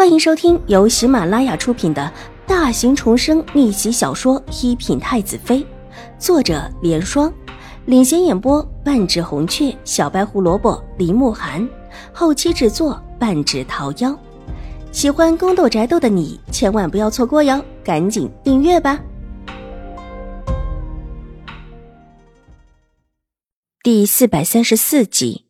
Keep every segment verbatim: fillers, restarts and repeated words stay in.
欢迎收听由喜马拉雅出品的大型重生逆袭小说《一品太子妃》，作者莲霜，领衔演播半指红雀、小白胡萝卜、林慕寒，后期制作半指桃夭。喜欢宫斗宅斗的你千万不要错过哟，赶紧订阅吧。第四百三十四集。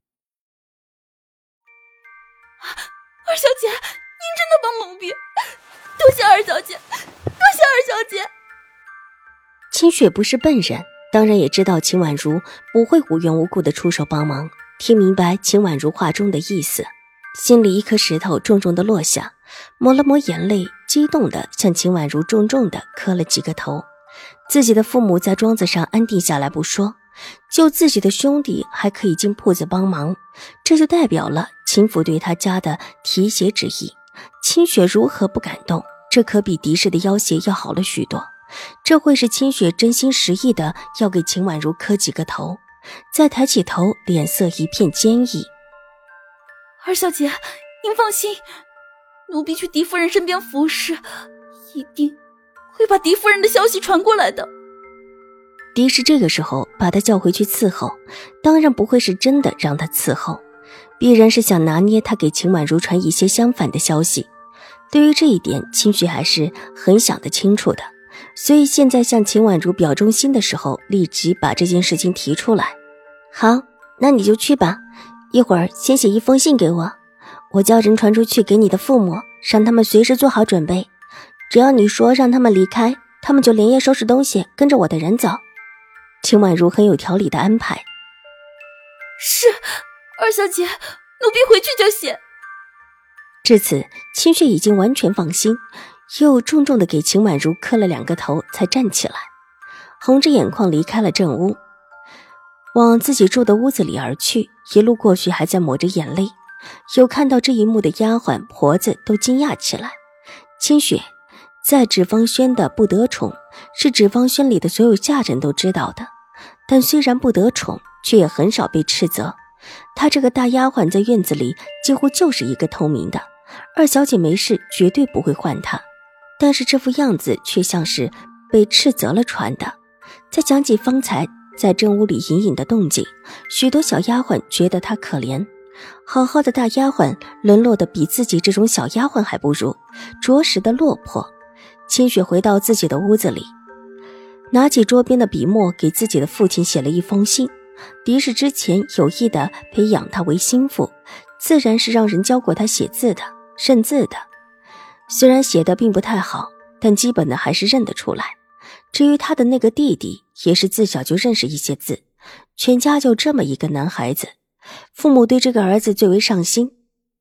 二小姐，您真的帮奴婢，多谢二小姐，多谢二小姐。 清雪不是笨人，当然也知道秦婉如不会无缘无故的出手帮忙，听明白秦婉如话中的意思，心里一颗石头重重的落下，抹了抹眼泪，激动的向秦婉如重重的磕了几个头。自己的父母在庄子上安定下来不说，就自己的兄弟还可以进铺子帮忙，这就代表了秦府对他家的提携之意。清雪如何不感动？这可比狄氏的要挟要好了许多。这会是清雪真心实意的要给秦婉如磕几个头。再抬起头，脸色一片坚毅。 二小姐，您放心，奴婢去狄夫人身边服侍，一定会把狄夫人的消息传过来的。 狄氏这个时候把他叫回去伺候，当然不会是真的让他伺候，必然是想拿捏他给秦婉如传一些相反的消息。对于这一点，清雪还是很想得清楚的，所以现在向秦婉如表忠心的时候，立即把这件事情提出来。好，那你就去吧，一会儿先写一封信给我，我叫人传出去给你的父母，让他们随时做好准备，只要你说让他们离开，他们就连夜收拾东西跟着我的人走。秦婉如很有条理的安排。 是，二小姐，奴婢回去就写。 至此，清雪已经完全放心，又重重的给秦婉如磕了两个头，才站起来，红着眼眶离开了正屋，往自己住的屋子里而去。一路过去还在抹着眼泪，有看到这一幕的丫鬟婆子都惊讶起来。清雪在芷芳轩的不得宠，是芷芳轩里的所有下人都知道的，但虽然不得宠，却也很少被斥责。她这个大丫鬟在院子里几乎就是一个透明的，二小姐没事绝对不会换她，但是这副样子却像是被斥责了传的。再讲起方才在正屋里隐隐的动静，许多小丫鬟觉得她可怜，好好的大丫鬟沦落的比自己这种小丫鬟还不如，着实的落魄。清雪回到自己的屋子里，拿起桌边的笔墨，给自己的父亲写了一封信。狄氏之前有意的培养他为心腹，自然是让人教过他写字的、认字的。虽然写的并不太好，但基本的还是认得出来。至于他的那个弟弟，也是自小就认识一些字。全家就这么一个男孩子，父母对这个儿子最为上心。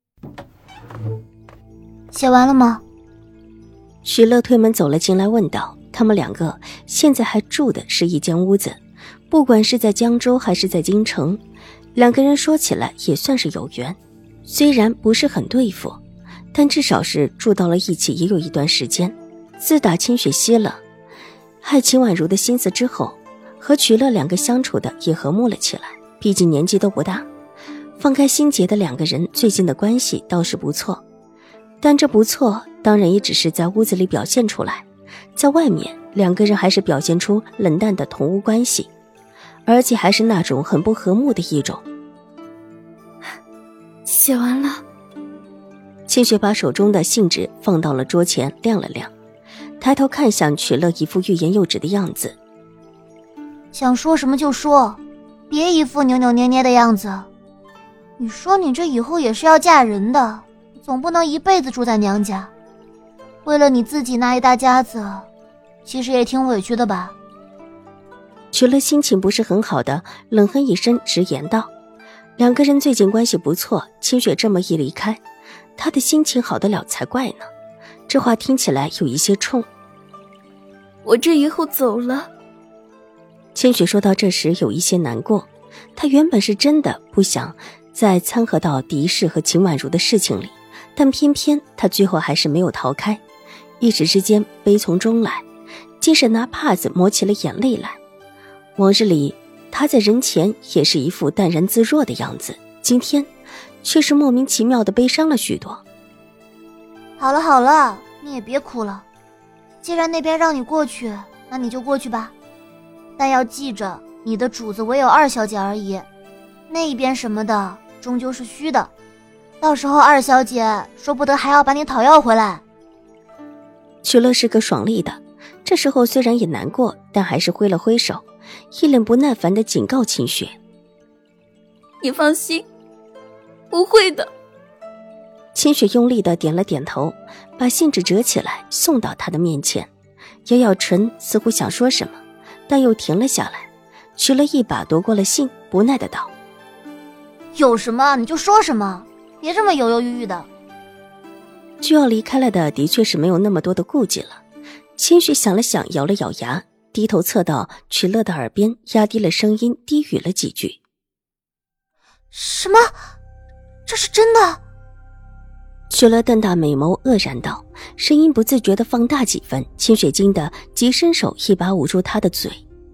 写完了吗？ 许乐推门走了进来问道。他们两个现在还住的是一间屋子，不管是在江州还是在京城，两个人说起来也算是有缘，虽然不是很对付，但至少是住到了一起也有一段时间。自打清雪息了害秦婉如的心思之后，和曲乐两个相处的也和睦了起来，毕竟年纪都不大，放开心结的两个人最近的关系倒是不错。但这不错当然也只是在屋子里表现出来，在外面两个人还是表现出冷淡的同屋关系，而且还是那种很不和睦的一种。 写完了。 清雪把手中的信纸放到了桌前，亮了亮，抬头看向曲乐一副欲言又止的样子。 想说什么就说，别一副扭扭捏捏的样子。你说你这以后也是要嫁人的，总不能一辈子住在娘家。为了你自己那一大家子，其实也挺委屈的吧。 曲乐心情不是很好的冷哼一声，直言道。两个人最近关系不错，清雪这么一离开，他的心情好得了才怪呢。这话听起来有一些冲。 我这以后走了。 清雪说到这时有一些难过，她原本是真的不想再掺和到狄氏和秦婉如的事情里，但偏偏她最后还是没有逃开，一时之间悲从中来，竟是拿帕子抹起了眼泪来。往日里她在人前也是一副淡然自若的样子，今天却是莫名其妙的悲伤了许多。 好了好了，你也别哭了。既然那边让你过去，那你就过去吧。但要记着，你的主子唯有二小姐而已，那一边什么的终究是虚的，到时候二小姐说不得还要把你讨要回来。 曲乐是个爽利的，这时候虽然也难过，但还是挥了挥手，一脸不耐烦地警告清雪： 你放心，不会的。 清雪用力地点了点头，把信纸折起来送到他的面前，咬咬唇，似乎想说什么，但又停了下来。曲乐一把夺过了信，不耐地道： 有什么你就说什么，别这么犹犹豫豫的。 就要离开了的的确是没有那么多的顾忌了。清雪想了想，咬了咬牙，低头侧到曲乐的耳边，压低了声音低语了几句： 什么？这是真的？ 曲乐瞪大美眸，愕然道，声音不自觉地放大几分。清雪惊得急伸手一把捂住他的嘴：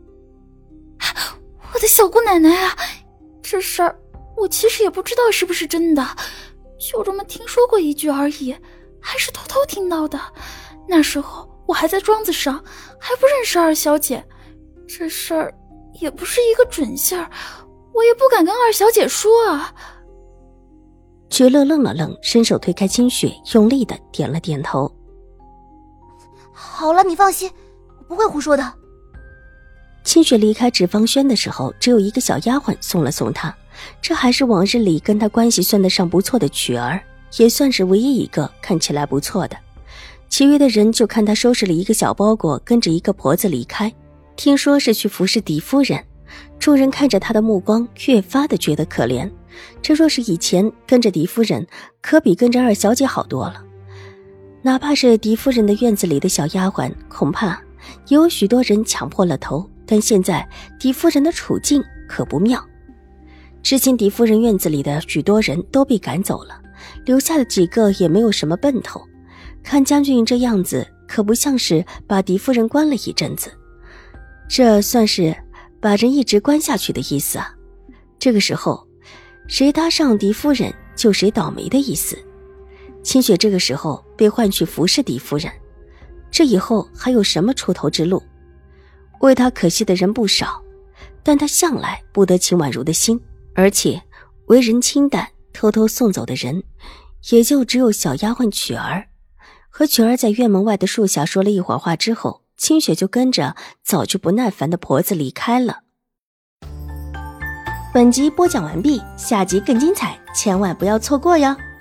我的小姑奶奶啊，这事儿我其实也不知道是不是真的，就这么听说过一句而已，还是偷偷听到的。那时候我还在庄子上，还不认识二小姐，这事儿也不是一个准信儿，我也不敢跟二小姐说啊。 曲乐愣了愣，伸手推开清雪，用力地点了点头： 好了，你放心，我不会胡说的。 清雪离开纸坊轩的时候，只有一个小丫鬟送了送她，这还是往日里跟她关系算得上不错的曲儿，也算是唯一一个看起来不错的。其余的人就看她收拾了一个小包裹，跟着一个婆子离开，听说是去服侍狄夫人。众人看着她的目光越发的觉得可怜，这若是以前跟着狄夫人，可比跟着二小姐好多了。哪怕是狄夫人的院子里的小丫鬟，恐怕也有许多人抢破了头，但现在狄夫人的处境可不妙。之前狄夫人院子里的许多人都被赶走了，留下的几个也没有什么奔头，看将军这样子，可不像是把狄夫人关了一阵子，这算是把人一直关下去的意思啊。这个时候谁搭上狄夫人就谁倒霉的意思。清雪这个时候被换去服侍狄夫人，这以后还有什么出头之路？为他可惜的人不少，但他向来不得秦婉如的心，而且为人清淡，偷偷送走的人也就只有小丫鬟曲儿。和曲儿在院门外的树下说了一会儿话之后，清雪就跟着早就不耐烦的婆子离开了。本集播讲完毕，下集更精彩，千万不要错过哟。